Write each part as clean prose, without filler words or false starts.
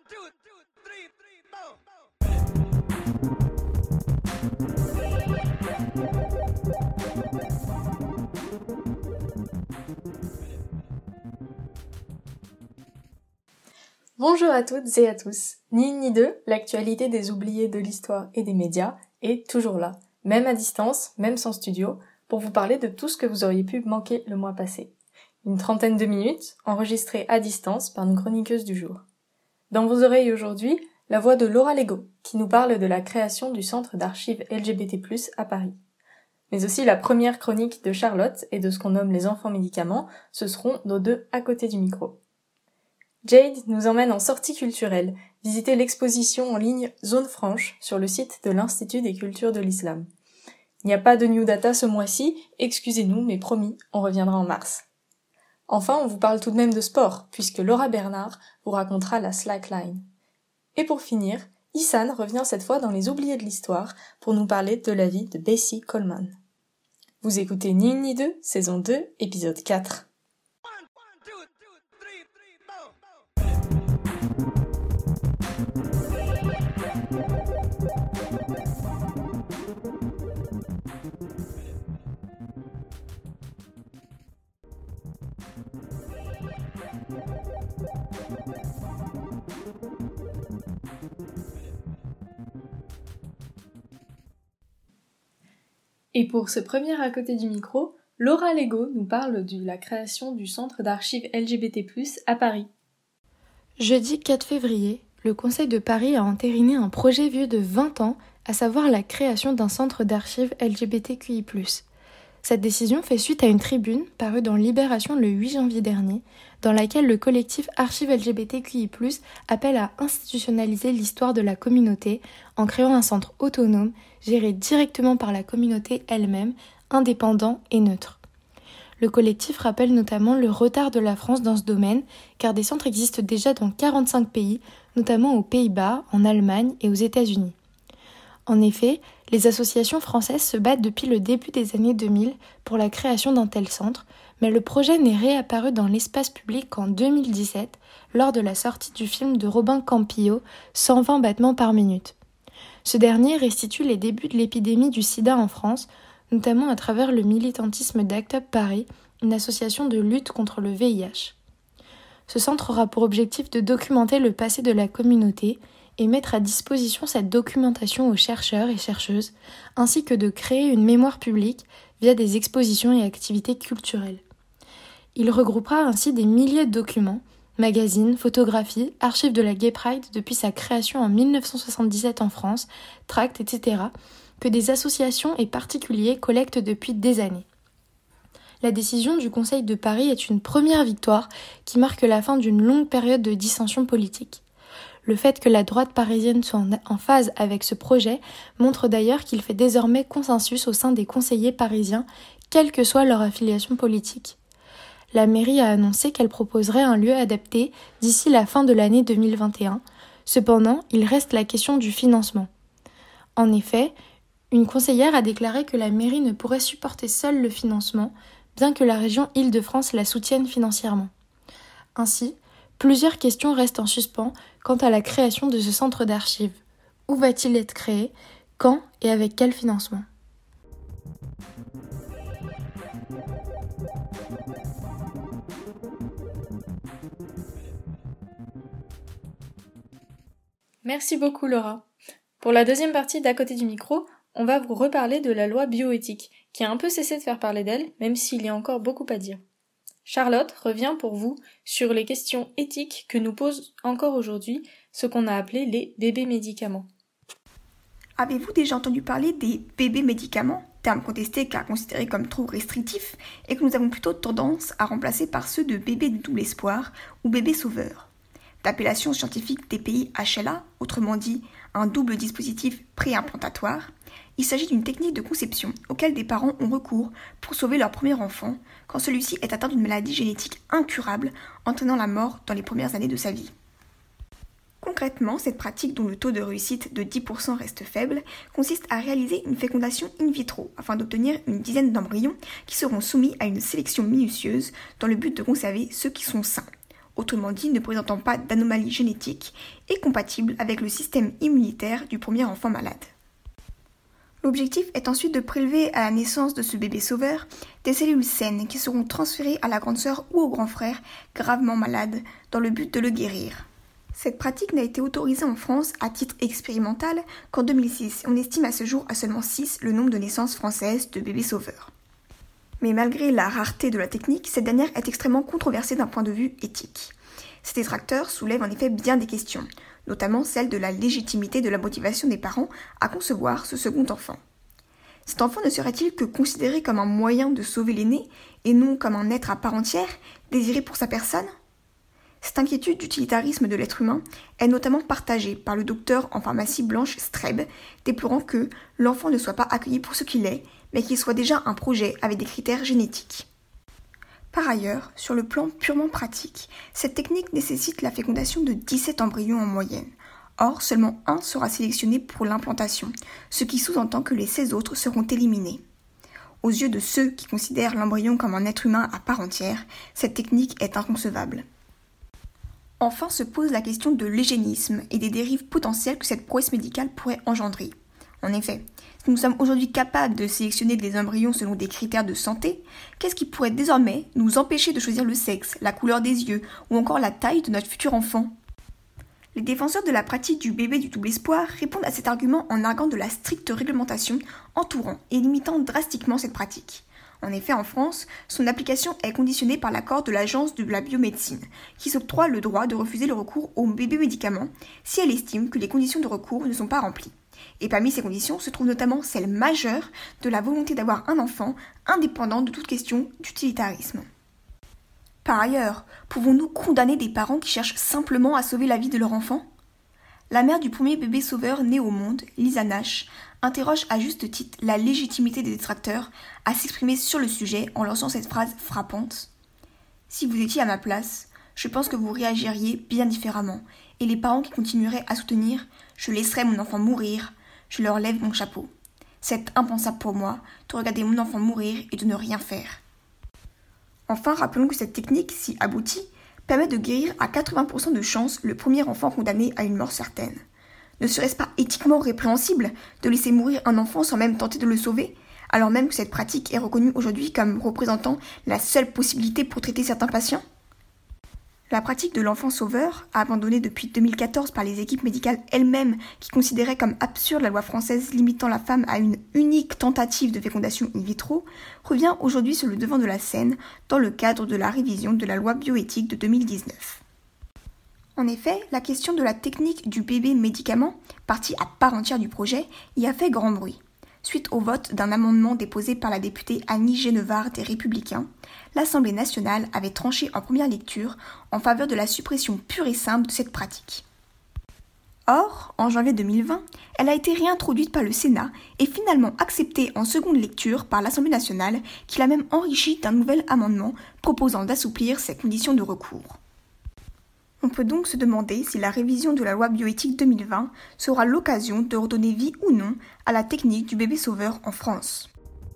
Bonjour à toutes et à tous. Ni une ni deux, l'actualité des oubliés de l'histoire et des médias est toujours là, même à distance, même sans studio, pour vous parler de tout ce que vous auriez pu manquer le mois passé. Une trentaine de minutes, enregistrées à distance par nos chroniqueuses du jour. Dans vos oreilles aujourd'hui, la voix de Laura Lego, qui nous parle de la création du centre d'archives LGBT+, à Paris. Mais aussi la première chronique de Charlotte et de ce qu'on nomme les enfants médicaments, ce seront nos deux à côté du micro. Jade nous emmène en sortie culturelle, visiter l'exposition en ligne Zone Franche sur le site de l'Institut des cultures de l'Islam. Il n'y a pas de New Data ce mois-ci, excusez-nous, mais promis, on reviendra en mars. Enfin, on vous parle tout de même de sport, puisque Laura Bernard vous racontera la slackline. Et pour finir, Issan revient cette fois dans les oubliés de l'histoire pour nous parler de la vie de Bessie Coleman. Vous écoutez Ni une ni deux, saison 2, épisode 4. Et pour ce premier à côté du micro, Laura Lego nous parle de la création du centre d'archives LGBT+, à Paris. Jeudi 4 février, le Conseil de Paris a entériné un projet vieux de 20 ans, à savoir la création d'un centre d'archives LGBTQI+. Cette décision fait suite à une tribune parue dans Libération le 8 janvier dernier, dans laquelle le collectif Archives LGBTQI+, appelle à institutionnaliser l'histoire de la communauté en créant un centre autonome, géré directement par la communauté elle-même, indépendant et neutre. Le collectif rappelle notamment le retard de la France dans ce domaine, car des centres existent déjà dans 45 pays, notamment aux Pays-Bas, en Allemagne et aux États-Unis. En effet, les associations françaises se battent depuis le début des années 2000 pour la création d'un tel centre, mais le projet n'est réapparu dans l'espace public qu'en 2017, lors de la sortie du film de Robin Campillo, 120 battements par minute. Ce dernier restitue les débuts de l'épidémie du sida en France, notamment à travers le militantisme d'ACT UP Paris, une association de lutte contre le VIH. Ce centre aura pour objectif de documenter le passé de la communauté et mettre à disposition cette documentation aux chercheurs et chercheuses, ainsi que de créer une mémoire publique via des expositions et activités culturelles. Il regroupera ainsi des milliers de documents, magazines, photographies, archives de la Gay Pride depuis sa création en 1977 en France, tracts, etc., que des associations et particuliers collectent depuis des années. La décision du Conseil de Paris est une première victoire qui marque la fin d'une longue période de dissension politique. Le fait que la droite parisienne soit en phase avec ce projet montre d'ailleurs qu'il fait désormais consensus au sein des conseillers parisiens, quelle que soit leur affiliation politique. La mairie a annoncé qu'elle proposerait un lieu adapté d'ici la fin de l'année 2021. Cependant, il reste la question du financement. En effet, une conseillère a déclaré que la mairie ne pourrait supporter seule le financement, bien que la région Île-de-France la soutienne financièrement. Ainsi, plusieurs questions restent en suspens quant à la création de ce centre d'archives. Où va-t-il être créé? Quand et avec quel financement? Merci beaucoup Laura. Pour la deuxième partie d'à côté du micro, on va vous reparler de la loi bioéthique, qui a un peu cessé de faire parler d'elle, même s'il y a encore beaucoup à dire. Charlotte revient pour vous sur les questions éthiques que nous pose encore aujourd'hui ce qu'on a appelé les bébés médicaments. Avez-vous déjà entendu parler des bébés médicaments, terme contesté car considéré comme trop restrictif et que nous avons plutôt tendance à remplacer par ceux de bébés de double espoir ou bébés sauveurs? D'appellation scientifique DPI HLA, autrement dit un double dispositif préimplantatoire, il s'agit d'une technique de conception auquel des parents ont recours pour sauver leur premier enfant quand celui-ci est atteint d'une maladie génétique incurable entraînant la mort dans les premières années de sa vie. Concrètement, cette pratique dont le taux de réussite de 10% reste faible consiste à réaliser une fécondation in vitro afin d'obtenir une dizaine d'embryons qui seront soumis à une sélection minutieuse dans le but de conserver ceux qui sont sains. autrement dit ne présentant pas d'anomalie génétique et compatible avec le système immunitaire du premier enfant malade. L'objectif est ensuite de prélever à la naissance de ce bébé sauveur des cellules saines qui seront transférées à la grande sœur ou au grand frère gravement malade dans le but de le guérir. Cette pratique n'a été autorisée en France à titre expérimental qu'en 2006. On estime à ce jour à seulement 6 le nombre de naissances françaises de bébés sauveurs. Mais malgré la rareté de la technique, cette dernière est extrêmement controversée d'un point de vue éthique. Ces détracteurs soulèvent en effet bien des questions, notamment celle de la légitimité de la motivation des parents à concevoir ce second enfant. Cet enfant ne serait-il que considéré comme un moyen de sauver l'aîné et non comme un être à part entière, désiré pour sa personne ? Cette inquiétude d'utilitarisme de l'être humain est notamment partagée par le docteur en pharmacie Blanche Streb, déplorant que l'enfant ne soit pas accueilli pour ce qu'il est, mais qu'il soit déjà un projet avec des critères génétiques. Par ailleurs, sur le plan purement pratique, cette technique nécessite la fécondation de 17 embryons en moyenne. Or, seulement un sera sélectionné pour l'implantation, ce qui sous-entend que les 16 autres seront éliminés. Aux yeux de ceux qui considèrent l'embryon comme un être humain à part entière, cette technique est inconcevable. Enfin se pose la question de l'eugénisme et des dérives potentielles que cette prouesse médicale pourrait engendrer. En effet, si nous sommes aujourd'hui capables de sélectionner des embryons selon des critères de santé, qu'est-ce qui pourrait désormais nous empêcher de choisir le sexe, la couleur des yeux ou encore la taille de notre futur enfant ? Les défenseurs de la pratique du bébé du double espoir répondent à cet argument en arguant de la stricte réglementation entourant et limitant drastiquement cette pratique. En effet, en France, son application est conditionnée par l'accord de l'Agence de la biomédecine, qui s'octroie le droit de refuser le recours aux bébés médicaments si elle estime que les conditions de recours ne sont pas remplies. Et parmi ces conditions se trouve notamment celle majeure de la volonté d'avoir un enfant indépendant de toute question d'utilitarisme. Par ailleurs, pouvons-nous condamner des parents qui cherchent simplement à sauver la vie de leur enfant ? La mère du premier bébé sauveur né au monde, Lisa Nash, interroge à juste titre la légitimité des détracteurs à s'exprimer sur le sujet en lançant cette phrase frappante. « Si vous étiez à ma place, je pense que vous réagiriez bien différemment, et les parents qui continueraient à soutenir « je laisserai mon enfant mourir », je leur lève mon chapeau. C'est impensable pour moi de regarder mon enfant mourir et de ne rien faire. » Enfin, rappelons que cette technique, si aboutie, permet de guérir à 80% de chance le premier enfant condamné à une mort certaine. Ne serait-ce pas éthiquement répréhensible de laisser mourir un enfant sans même tenter de le sauver, alors même que cette pratique est reconnue aujourd'hui comme représentant la seule possibilité pour traiter certains patients ? La pratique de l'enfant sauveur, abandonnée depuis 2014 par les équipes médicales elles-mêmes qui considéraient comme absurde la loi française limitant la femme à une unique tentative de fécondation in vitro, revient aujourd'hui sur le devant de la scène dans le cadre de la révision de la loi bioéthique de 2019. En effet, la question de la technique du bébé médicament, partie à part entière du projet, y a fait grand bruit. Suite au vote d'un amendement déposé par la députée Annie Genevard des Républicains, l'Assemblée nationale avait tranché en première lecture en faveur de la suppression pure et simple de cette pratique. Or, en janvier 2020, elle a été réintroduite par le Sénat et finalement acceptée en seconde lecture par l'Assemblée nationale qui l'a même enrichie d'un nouvel amendement proposant d'assouplir ses conditions de recours. On peut donc se demander si la révision de la loi bioéthique 2020 sera l'occasion de redonner vie ou non à la technique du bébé sauveur en France.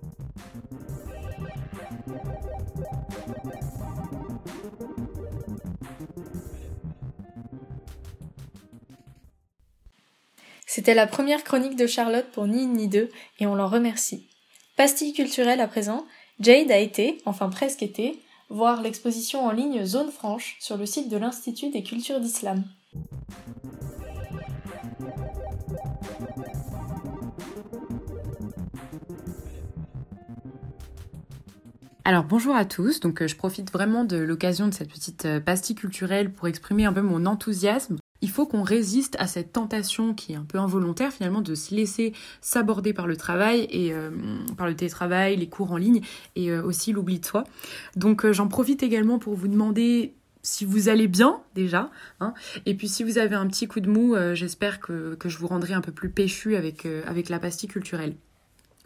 C'était la première chronique de Charlotte pour Ni Une Ni Deux et on l'en remercie. Pastille culturelle à présent, Jade a été, enfin presque été, voir l'exposition en ligne Zone Franche sur le site de l'Institut des cultures d'Islam. Alors bonjour à tous, donc je profite vraiment de l'occasion de cette petite pastille culturelle pour exprimer un peu mon enthousiasme. Il faut qu'on résiste à cette tentation qui est un peu involontaire finalement de se laisser s'aborder par le travail et par le télétravail, les cours en ligne et aussi l'oubli de soi. Donc j'en profite également pour vous demander si vous allez bien déjà, hein, et puis si vous avez un petit coup de mou, j'espère que je vous rendrai un peu plus péchu avec la pastille culturelle.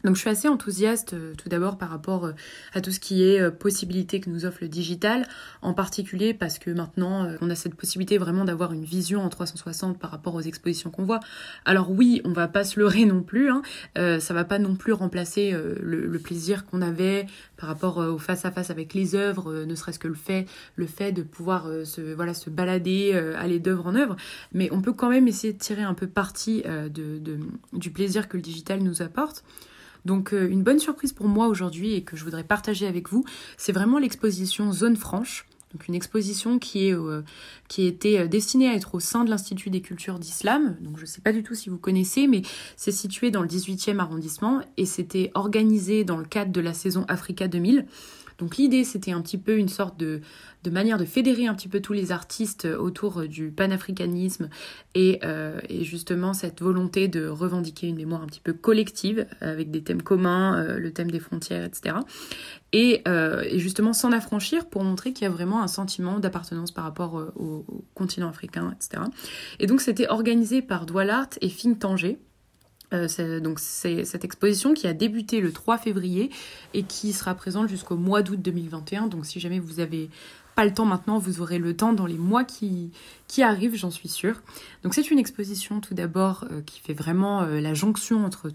Donc je suis assez enthousiaste tout d'abord par rapport à tout ce qui est possibilité que nous offre le digital, en particulier parce que maintenant on a cette possibilité vraiment d'avoir une vision en 360 par rapport aux expositions qu'on voit. Alors oui, on va pas se leurrer non plus, ça va pas non plus remplacer le plaisir qu'on avait par rapport au face-à-face avec les œuvres, ne serait-ce que le fait de pouvoir se balader, aller d'œuvre en œuvre, mais on peut quand même essayer de tirer un peu parti du plaisir que le digital nous apporte. Donc une bonne surprise pour moi aujourd'hui et que je voudrais partager avec vous, c'est vraiment l'exposition Zone Franche. Donc une exposition qui était destinée à être au sein de l'Institut des cultures d'Islam. Donc je ne sais pas du tout si vous connaissez, mais c'est situé dans le 18e arrondissement et c'était organisé dans le cadre de la saison Africa 2000. Donc l'idée, c'était un petit peu une sorte de manière de fédérer un petit peu tous les artistes autour du panafricanisme et justement cette volonté de revendiquer une mémoire un petit peu collective avec des thèmes communs, le thème des frontières, etc. Et justement s'en affranchir pour montrer qu'il y a vraiment un sentiment d'appartenance par rapport au continent africain, etc. Et donc c'était organisé par Doualart et Fing Tanger. C'est cette exposition qui a débuté le 3 février et qui sera présente jusqu'au mois d'août 2021. Donc si jamais vous n'avez pas le temps maintenant, vous aurez le temps dans les mois qui arrivent, j'en suis sûre. Donc c'est une exposition tout d'abord qui fait vraiment la jonction entre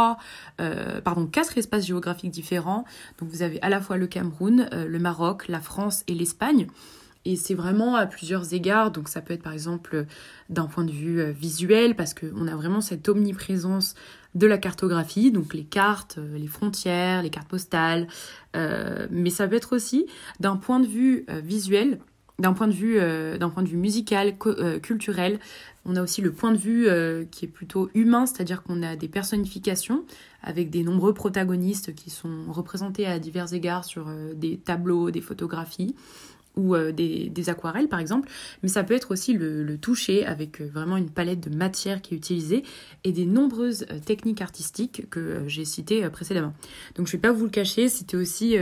4 espaces géographiques différents. Donc vous avez à la fois le Cameroun, le Maroc, la France et l'Espagne. Et c'est vraiment à plusieurs égards, donc ça peut être par exemple d'un point de vue visuel, parce qu'on a vraiment cette omniprésence de la cartographie, donc les cartes, les frontières, les cartes postales, mais ça peut être aussi d'un point de vue visuel, d'un point de vue musical, culturel. On a aussi le point de vue qui est plutôt humain, c'est-à-dire qu'on a des personnifications avec des nombreux protagonistes qui sont représentés à divers égards sur des tableaux, des photographies, ou des aquarelles par exemple, mais ça peut être aussi le toucher avec vraiment une palette de matières qui est utilisée et des nombreuses techniques artistiques que j'ai citées précédemment. Donc je ne vais pas vous le cacher, c'était aussi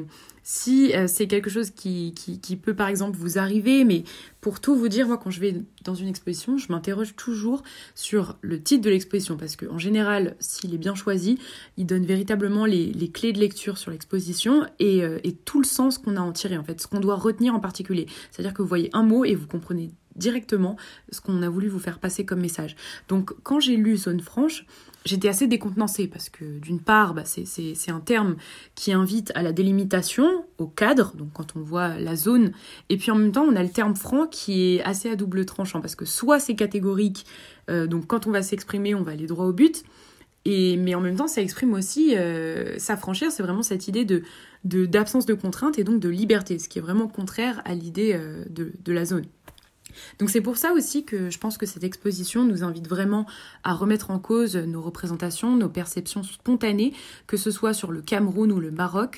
si c'est quelque chose qui peut par exemple vous arriver, mais pour tout vous dire, moi quand je vais dans une exposition, je m'interroge toujours sur le titre de l'exposition, parce qu'en général, s'il est bien choisi, il donne véritablement les clés de lecture sur l'exposition et tout le sens qu'on a à en tirer, en fait, ce qu'on doit retenir en particulier. C'est-à-dire que vous voyez un mot et vous comprenez directement ce qu'on a voulu vous faire passer comme message. Donc quand j'ai lu Zone Franche, j'étais assez décontenancée parce que d'une part, c'est un terme qui invite à la délimitation, au cadre, donc quand on voit la zone, et puis en même temps on a le terme franc qui est assez à double tranchant parce que soit c'est catégorique, donc quand on va s'exprimer on va aller droit au but, mais en même temps ça exprime aussi s'affranchir, c'est vraiment cette idée d'absence de contrainte et donc de liberté, ce qui est vraiment contraire à l'idée de la zone. Donc c'est pour ça aussi que je pense que cette exposition nous invite vraiment à remettre en cause nos représentations, nos perceptions spontanées, que ce soit sur le Cameroun ou le Maroc,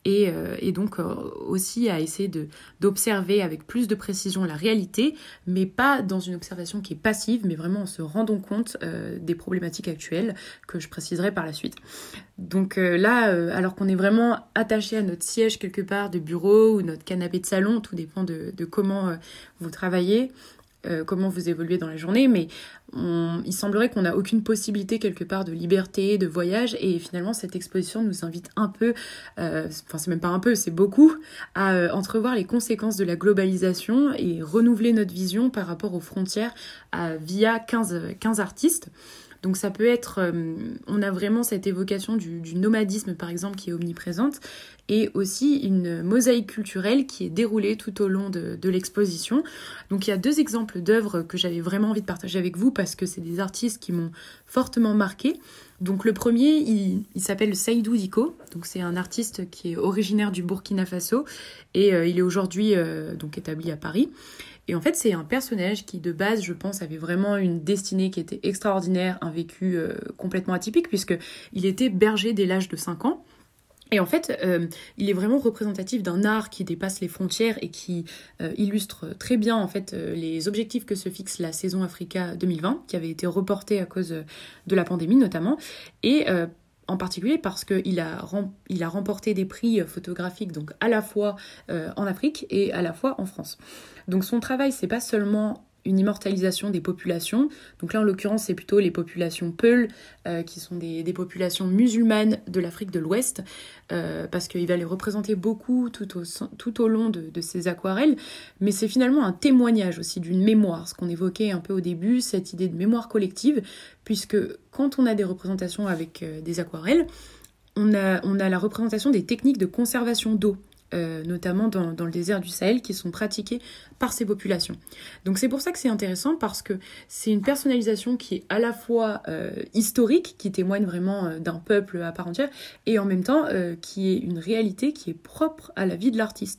et donc aussi à essayer d'observer avec plus de précision la réalité, mais pas dans une observation qui est passive, mais vraiment en se rendant compte des problématiques actuelles que je préciserai par la suite. Donc alors qu'on est vraiment attaché à notre siège quelque part de bureau ou notre canapé de salon, tout dépend de comment vous travaillez, comment vous évoluez dans la journée, mais il semblerait qu'on n'a aucune possibilité quelque part de liberté, de voyage, et finalement cette exposition nous invite un peu, c'est même pas un peu, c'est beaucoup, à entrevoir les conséquences de la globalisation et renouveler notre vision par rapport aux frontières via 15 artistes. Donc ça peut être, on a vraiment cette évocation du nomadisme par exemple qui est omniprésente, et aussi une mosaïque culturelle qui est déroulée tout au long de l'exposition. Donc il y a 2 exemples d'œuvres que j'avais vraiment envie de partager avec vous parce que c'est des artistes qui m'ont fortement marquée. Donc le premier, il s'appelle Seydou Diko, donc c'est un artiste qui est originaire du Burkina Faso et il est aujourd'hui donc établi à Paris. Et en fait, c'est un personnage qui, de base, je pense, avait vraiment une destinée qui était extraordinaire, un vécu complètement atypique, puisqu'il était berger dès l'âge de 5 ans. Et en fait, il est vraiment représentatif d'un art qui dépasse les frontières et qui illustre très bien en fait les objectifs que se fixe la saison Africa 2020, qui avait été reportée à cause de la pandémie notamment, et en particulier parce qu'il a remporté des prix photographiques donc à la fois en Afrique et à la fois en France. Donc son travail, c'est pas seulement une immortalisation des populations. Donc là, en l'occurrence, c'est plutôt les populations Peul, qui sont des populations musulmanes de l'Afrique de l'Ouest, parce qu'il va les représenter beaucoup tout au long de ces aquarelles. Mais c'est finalement un témoignage aussi d'une mémoire, ce qu'on évoquait un peu au début, cette idée de mémoire collective, puisque quand on a des représentations avec des aquarelles, on a la représentation des techniques de conservation d'eau, notamment dans le désert du Sahel, qui sont pratiquées par ces populations. Donc c'est pour ça que c'est intéressant, parce que c'est une personnalisation qui est à la fois historique, qui témoigne vraiment d'un peuple à part entière, et en même temps qui est une réalité qui est propre à la vie de l'artiste.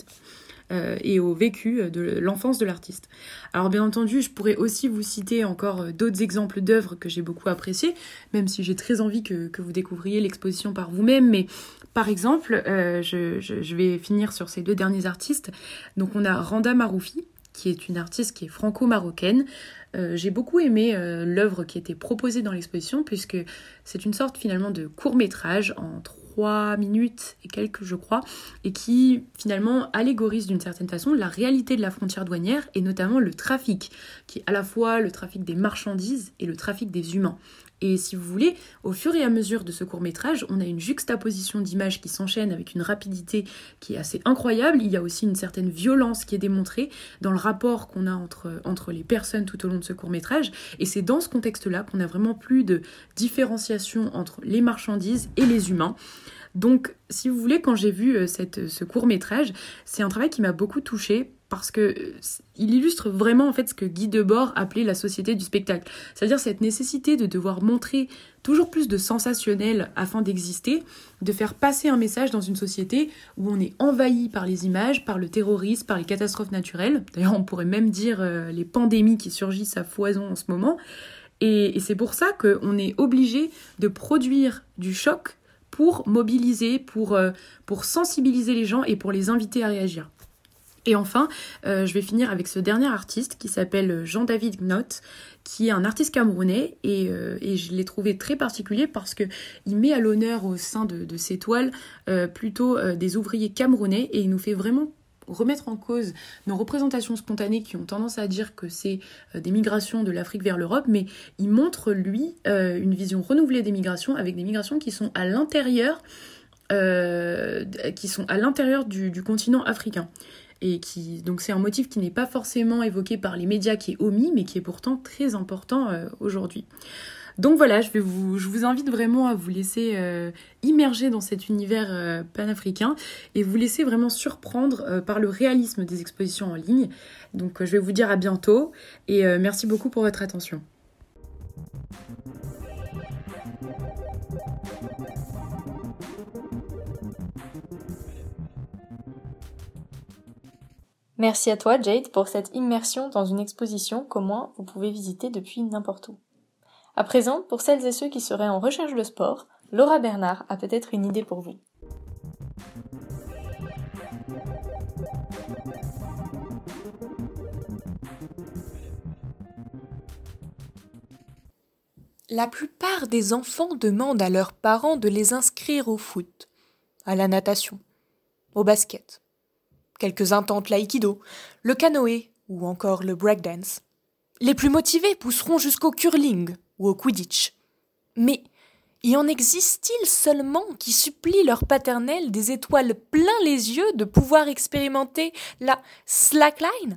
Et au vécu de l'enfance de l'artiste. Alors bien entendu, je pourrais aussi vous citer encore d'autres exemples d'œuvres que j'ai beaucoup appréciées, même si j'ai très envie que vous découvriez l'exposition par vous-même. Mais par exemple, je vais finir sur ces 2 derniers artistes. Donc on a Randa Maroufi, qui est une artiste qui est franco-marocaine. J'ai beaucoup aimé l'œuvre qui était proposée dans l'exposition, puisque c'est une sorte finalement de court-métrage en 3 minutes et quelques, je crois, et qui finalement allégorise d'une certaine façon la réalité de la frontière douanière, et notamment le trafic, qui est à la fois le trafic des marchandises et le trafic des humains. Et si vous voulez, au fur et à mesure de ce court-métrage, on a une juxtaposition d'images qui s'enchaînent avec une rapidité qui est assez incroyable. Il y a aussi une certaine violence qui est démontrée dans le rapport qu'on a entre les personnes tout au long de ce court-métrage. Et c'est dans ce contexte-là qu'on a vraiment plus de différenciation entre les marchandises et les humains. Donc, si vous voulez, quand j'ai vu ce court-métrage, c'est un travail qui m'a beaucoup touchée, parce que il illustre vraiment en fait ce que Guy Debord appelait la société du spectacle. C'est-à-dire cette nécessité de devoir montrer toujours plus de sensationnel afin d'exister, de faire passer un message dans une société où on est envahi par les images, par le terrorisme, par les catastrophes naturelles. D'ailleurs, on pourrait même dire les pandémies qui surgissent à foison en ce moment. Et c'est pour ça qu'on est obligé de produire du choc pour mobiliser, pour sensibiliser les gens et pour les inviter à réagir. Et enfin, je vais finir avec ce dernier artiste qui s'appelle Jean-David Gnott, qui est un artiste camerounais, et je l'ai trouvé très particulier parce qu'il met à l'honneur au sein de ses toiles plutôt des ouvriers camerounais, et il nous fait vraiment remettre en cause nos représentations spontanées qui ont tendance à dire que c'est des migrations de l'Afrique vers l'Europe, mais il montre, lui, une vision renouvelée des migrations, avec des migrations qui sont à l'intérieur du continent africain. Et donc c'est un motif qui n'est pas forcément évoqué par les médias, qui est omis, mais qui est pourtant très important aujourd'hui. Donc voilà, je vous invite vraiment à vous laisser immerger dans cet univers panafricain, et vous laisser vraiment surprendre par le réalisme des expositions en ligne. Donc je vais vous dire à bientôt, et merci beaucoup pour votre attention. Merci à toi, Jade, pour cette immersion dans une exposition qu'au moins vous pouvez visiter depuis n'importe où. À présent, pour celles et ceux qui seraient en recherche de sport, Laura Bernard a peut-être une idée pour vous. La plupart des enfants demandent à leurs parents de les inscrire au foot, à la natation, au basket. Quelques-uns tentent l'aïkido, le canoë ou encore le breakdance. Les plus motivés pousseront jusqu'au curling ou au quidditch. Mais y en existe-t-il seulement qui supplient leur paternel des étoiles plein les yeux de pouvoir expérimenter la slackline ?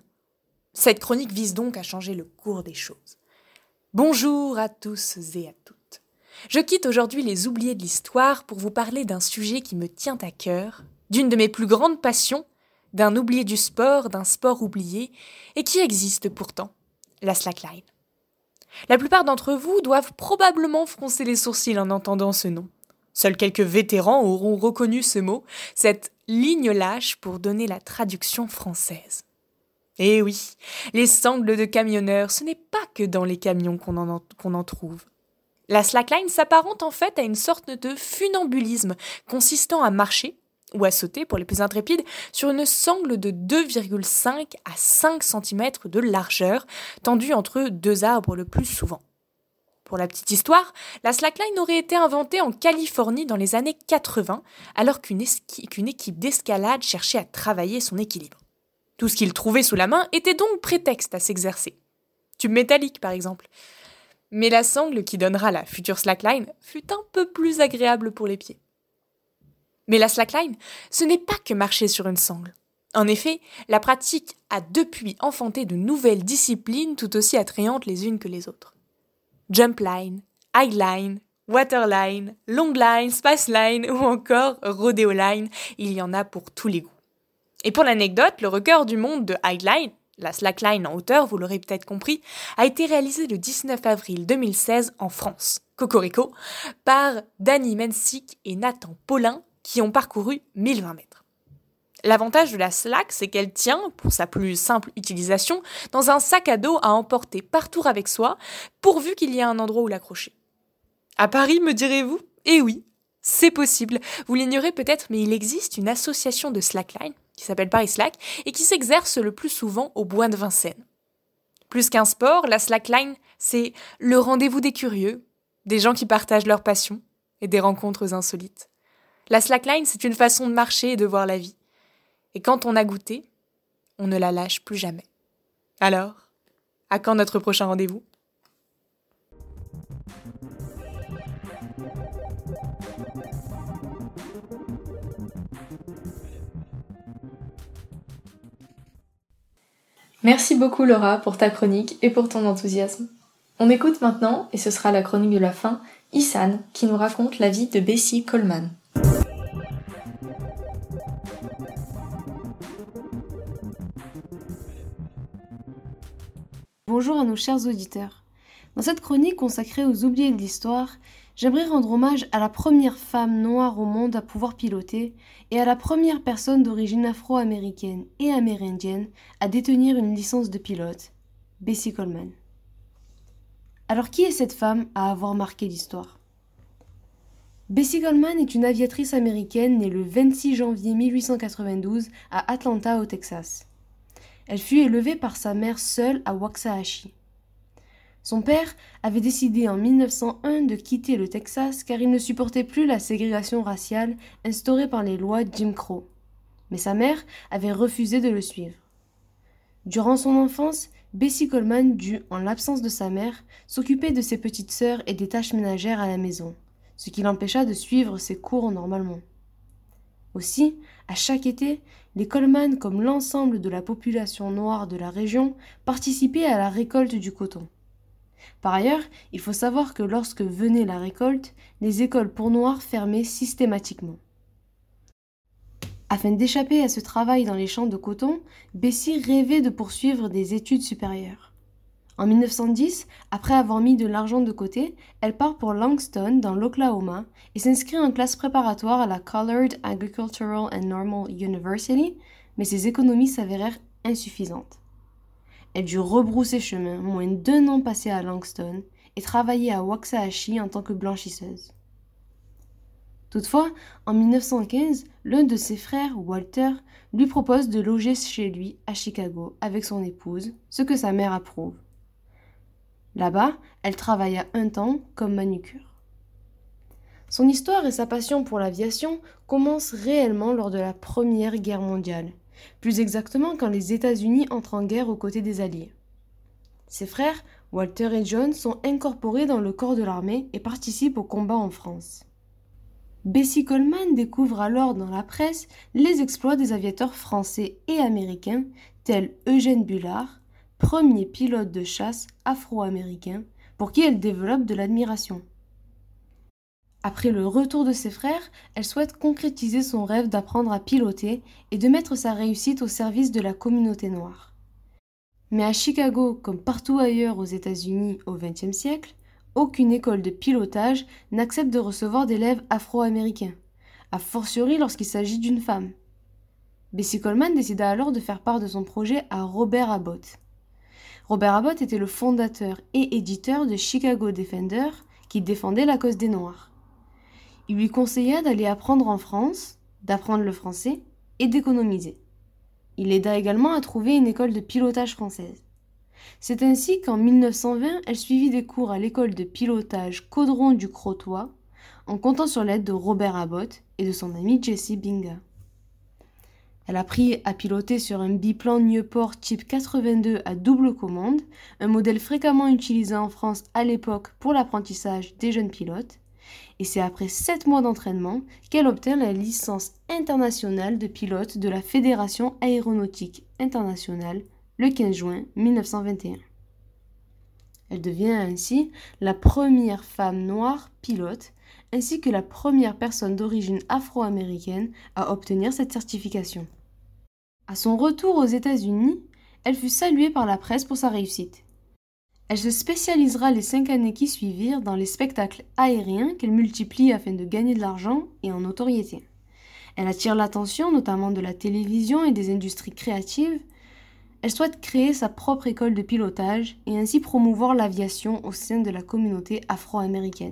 Cette chronique vise donc à changer le cours des choses. Bonjour à tous et à toutes. Je quitte aujourd'hui les oubliés de l'histoire pour vous parler d'un sujet qui me tient à cœur, d'une de mes plus grandes passions, d'un oublié du sport, d'un sport oublié, et qui existe pourtant, la slackline. La plupart d'entre vous doivent probablement froncer les sourcils en entendant ce nom. Seuls quelques vétérans auront reconnu ce mot, cette ligne lâche pour donner la traduction française. Eh oui, les sangles de camionneurs, ce n'est pas que dans les camions qu'on en trouve. La slackline s'apparente en fait à une sorte de funambulisme consistant à marcher, ou à sauter pour les plus intrépides, sur une sangle de 2,5 à 5 cm de largeur, tendue entre deux arbres le plus souvent. Pour la petite histoire, la slackline aurait été inventée en Californie dans les années 80, alors qu'une équipe d'escalade cherchait à travailler son équilibre. Tout ce qu'ils trouvaient sous la main était donc prétexte à s'exercer. tube métallique par exemple. Mais la sangle qui donnera la future slackline fut un peu plus agréable pour les pieds. Mais la slackline, ce n'est pas que marcher sur une sangle. En effet, la pratique a depuis enfanté de nouvelles disciplines tout aussi attrayantes les unes que les autres. Jump line, high line, waterline, long line, spice line ou encore rodeo line, il y en a pour tous les goûts. Et pour l'anecdote, le record du monde de high line, la slackline en hauteur, vous l'aurez peut-être compris, a été réalisé le 19 avril 2016 en France, Cocorico, par Danny Mensick et Nathan Paulin qui ont parcouru 1020 mètres. L'avantage de la slack, c'est qu'elle tient, pour sa plus simple utilisation, dans un sac à dos à emporter partout avec soi, pourvu qu'il y ait un endroit où l'accrocher. À Paris, me direz-vous ? Eh oui, c'est possible. Vous l'ignorez peut-être, mais il existe une association de slackline qui s'appelle Paris Slack et qui s'exerce le plus souvent au Bois de Vincennes. Plus qu'un sport, la slackline, c'est le rendez-vous des curieux, des gens qui partagent leur passion et des rencontres insolites. La slackline, c'est une façon de marcher et de voir la vie. Et quand on a goûté, on ne la lâche plus jamais. Alors, à quand notre prochain rendez-vous ? Merci beaucoup Laura pour ta chronique et pour ton enthousiasme. On écoute maintenant, et ce sera la chronique de la fin, Issan qui nous raconte la vie de Bessie Coleman. Bonjour à nos chers auditeurs. Dans cette chronique consacrée aux oubliés de l'histoire, j'aimerais rendre hommage à la première femme noire au monde à pouvoir piloter et à la première personne d'origine afro-américaine et amérindienne à détenir une licence de pilote, Bessie Coleman. Alors qui est cette femme à avoir marqué l'histoire ? Bessie Coleman est une aviatrice américaine née le 26 janvier 1892 à Atlanta au Texas. Elle fut élevée par sa mère seule à Waxahachie. Son père avait décidé en 1901 de quitter le Texas car il ne supportait plus la ségrégation raciale instaurée par les lois Jim Crow. Mais sa mère avait refusé de le suivre. Durant son enfance, Bessie Coleman dut, en l'absence de sa mère, s'occuper de ses petites sœurs et des tâches ménagères à la maison, ce qui l'empêcha de suivre ses cours normalement. Aussi, à chaque été, les Coleman, comme l'ensemble de la population noire de la région, participaient à la récolte du coton. Par ailleurs, il faut savoir que lorsque venait la récolte, les écoles pour noirs fermaient systématiquement. Afin d'échapper à ce travail dans les champs de coton, Bessie rêvait de poursuivre des études supérieures. En 1910, après avoir mis de l'argent de côté, elle part pour Langston dans l'Oklahoma et s'inscrit en classe préparatoire à la Colored Agricultural and Normal University, mais ses économies s'avérèrent insuffisantes. Elle dut rebrousser chemin, moins d'1 an passé à Langston, et travailler à Waxahachie en tant que blanchisseuse. Toutefois, en 1915, l'un de ses frères, Walter, lui propose de loger chez lui à Chicago avec son épouse, ce que sa mère approuve. Là-bas, elle travailla un temps comme manucure. Son histoire et sa passion pour l'aviation commencent réellement lors de la Première Guerre mondiale, plus exactement quand les États-Unis entrent en guerre aux côtés des Alliés. Ses frères, Walter et John, sont incorporés dans le corps de l'armée et participent aux combats en France. Bessie Coleman découvre alors dans la presse les exploits des aviateurs français et américains tels Eugène Bullard, premier pilote de chasse afro-américain pour qui elle développe de l'admiration. Après le retour de ses frères, elle souhaite concrétiser son rêve d'apprendre à piloter et de mettre sa réussite au service de la communauté noire. Mais à Chicago, comme partout ailleurs aux États-Unis au XXe siècle, aucune école de pilotage n'accepte de recevoir d'élèves afro-américains, a fortiori lorsqu'il s'agit d'une femme. Bessie Coleman décida alors de faire part de son projet à Robert Abbott. Robert Abbott était le fondateur et éditeur de Chicago Defender qui défendait la cause des Noirs. Il lui conseilla d'aller apprendre en France, d'apprendre le français et d'économiser. Il l'aida également à trouver une école de pilotage française. C'est ainsi qu'en 1920, elle suivit des cours à l'école de pilotage Caudron du Crotoy, en comptant sur l'aide de Robert Abbott et de son ami Jesse Binga. Elle a appris à piloter sur un biplan Nieuport type 82 à double commande, un modèle fréquemment utilisé en France à l'époque pour l'apprentissage des jeunes pilotes. Et c'est après 7 mois d'entraînement qu'elle obtient la licence internationale de pilote de la Fédération aéronautique internationale le 15 juin 1921. Elle devient ainsi la première femme noire pilote, ainsi que la première personne d'origine afro-américaine à obtenir cette certification. À son retour aux États-Unis, elle fut saluée par la presse pour sa réussite. Elle se spécialisera les 5 années qui suivirent dans les spectacles aériens qu'elle multiplie afin de gagner de l'argent et en notoriété. Elle attire l'attention notamment de la télévision et des industries créatives. Elle souhaite créer sa propre école de pilotage et ainsi promouvoir l'aviation au sein de la communauté afro-américaine.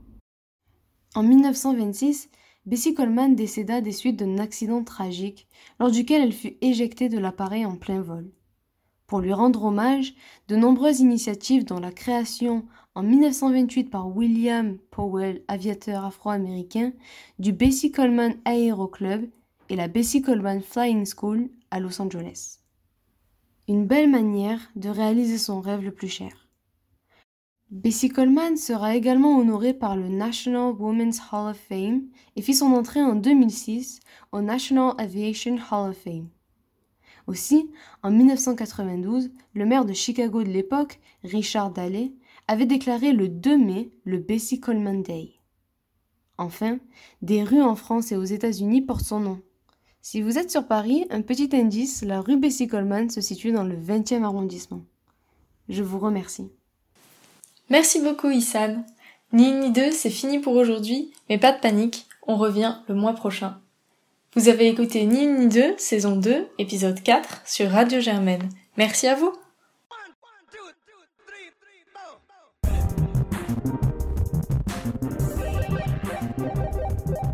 En 1926, Bessie Coleman décéda des suites d'un accident tragique lors duquel elle fut éjectée de l'appareil en plein vol. Pour lui rendre hommage, de nombreuses initiatives dont la création en 1928 par William Powell, aviateur afro-américain, du Bessie Coleman Aero Club et la Bessie Coleman Flying School à Los Angeles. Une belle manière de réaliser son rêve le plus cher. Bessie Coleman sera également honorée par le National Women's Hall of Fame et fit son entrée en 2006 au National Aviation Hall of Fame. Aussi, en 1992, le maire de Chicago de l'époque, Richard Daley, avait déclaré le 2 mai le Bessie Coleman Day. Enfin, des rues en France et aux États-Unis portent son nom. Si vous êtes sur Paris, un petit indice, la rue Bessie Coleman se situe dans le 20e arrondissement. Je vous remercie. Merci beaucoup Issam. Ni une ni deux, c'est fini pour aujourd'hui, mais pas de panique, on revient le mois prochain. Vous avez écouté Ni une ni deux, saison 2, épisode 4, sur Radio Germaine. Merci à vous. 1, 2, 3, 4.